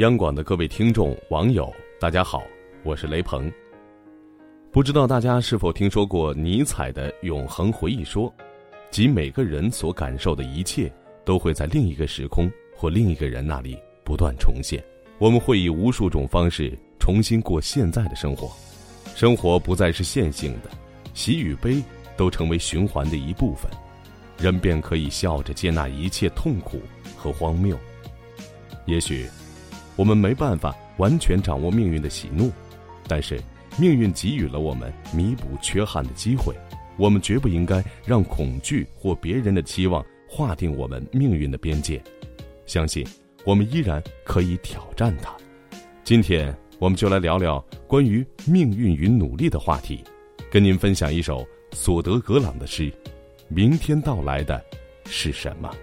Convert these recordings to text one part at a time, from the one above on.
央广的各位听众网友大家好，我是雷鹏。不知道大家是否听说过尼采的永恒回忆说，即每个人所感受的一切都会在另一个时空或另一个人那里不断重现。我们会以无数种方式重新过现在的生活，生活不再是线性的，喜与悲都成为循环的一部分，人便可以笑着接纳一切痛苦和荒谬。也许我们没办法完全掌握命运的喜怒，但是命运给予了我们弥补缺憾的机会，我们绝不应该让恐惧或别人的期望划定我们命运的边界，相信我们依然可以挑战它。今天我们就来聊聊关于命运与努力的话题，跟您分享一首索德格朗的诗，明天到来的是什么？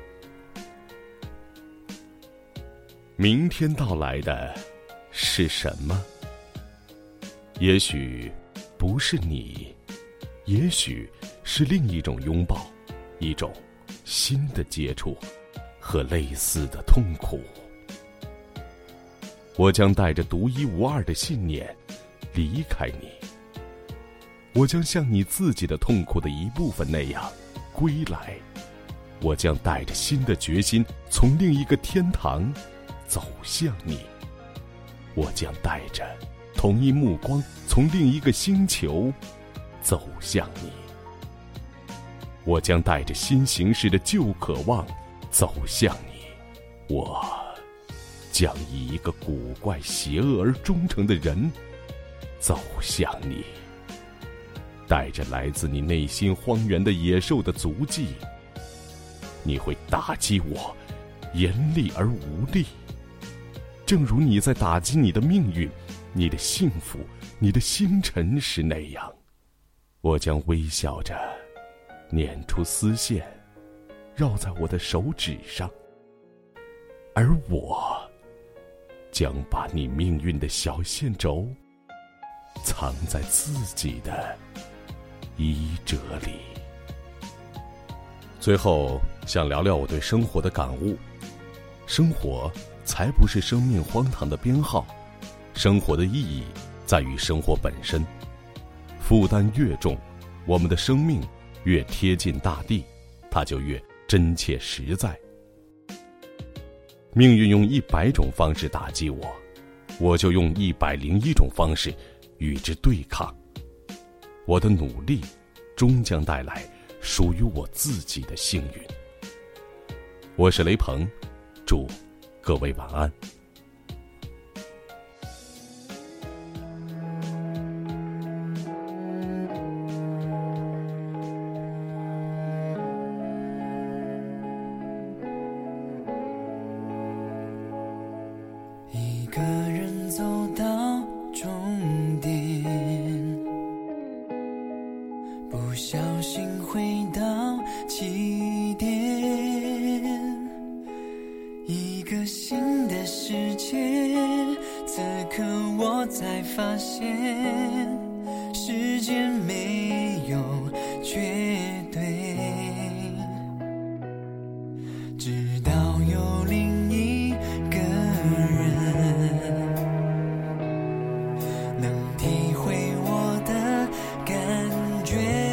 明天到来的是什么？也许不是你，也许是另一种拥抱，一种新的接触和类似的痛苦。我将带着独一无二的信念离开你，我将像你自己的痛苦的一部分那样归来，我将带着新的决心从另一个天堂走向你，我将带着同一目光从另一个星球走向你，我将带着新形式的旧渴望走向你，我将以一个古怪邪恶而忠诚的人走向你，带着来自你内心荒原的野兽的足迹，你会打击我严厉而无力，正如你在打击你的命运、你的幸福、你的星辰时那样。我将微笑着捻出丝线，绕在我的手指上，而我将把你命运的小线轴藏在自己的衣褶里。最后想聊聊我对生活的感悟。生活才不是生命荒唐的编号，生活的意义在于生活本身。负担越重，我们的生命越贴近大地，它就越真切实在。命运用100种方式打击我，我就用101种方式与之对抗。我的努力终将带来属于我自己的幸运。我是雷鹏，祝各位晚安。 一个人走到终点，不小心回到起点，一个新的世界，此刻我才发现，时间没有绝对，直到有另一个人能体会我的感觉，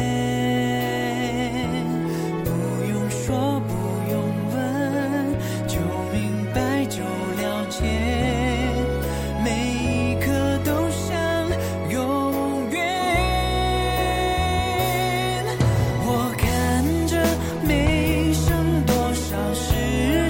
不用说不用问，就明白就了解，每一刻都像永远。我看着没剩多少时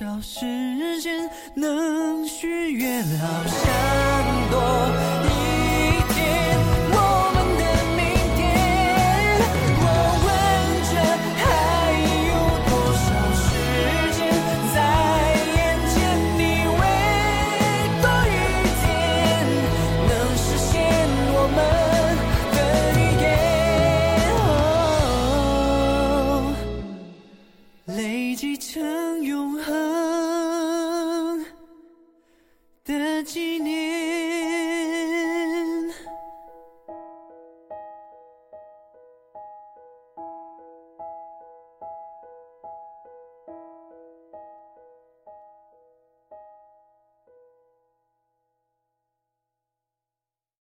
少时间能许愿，好想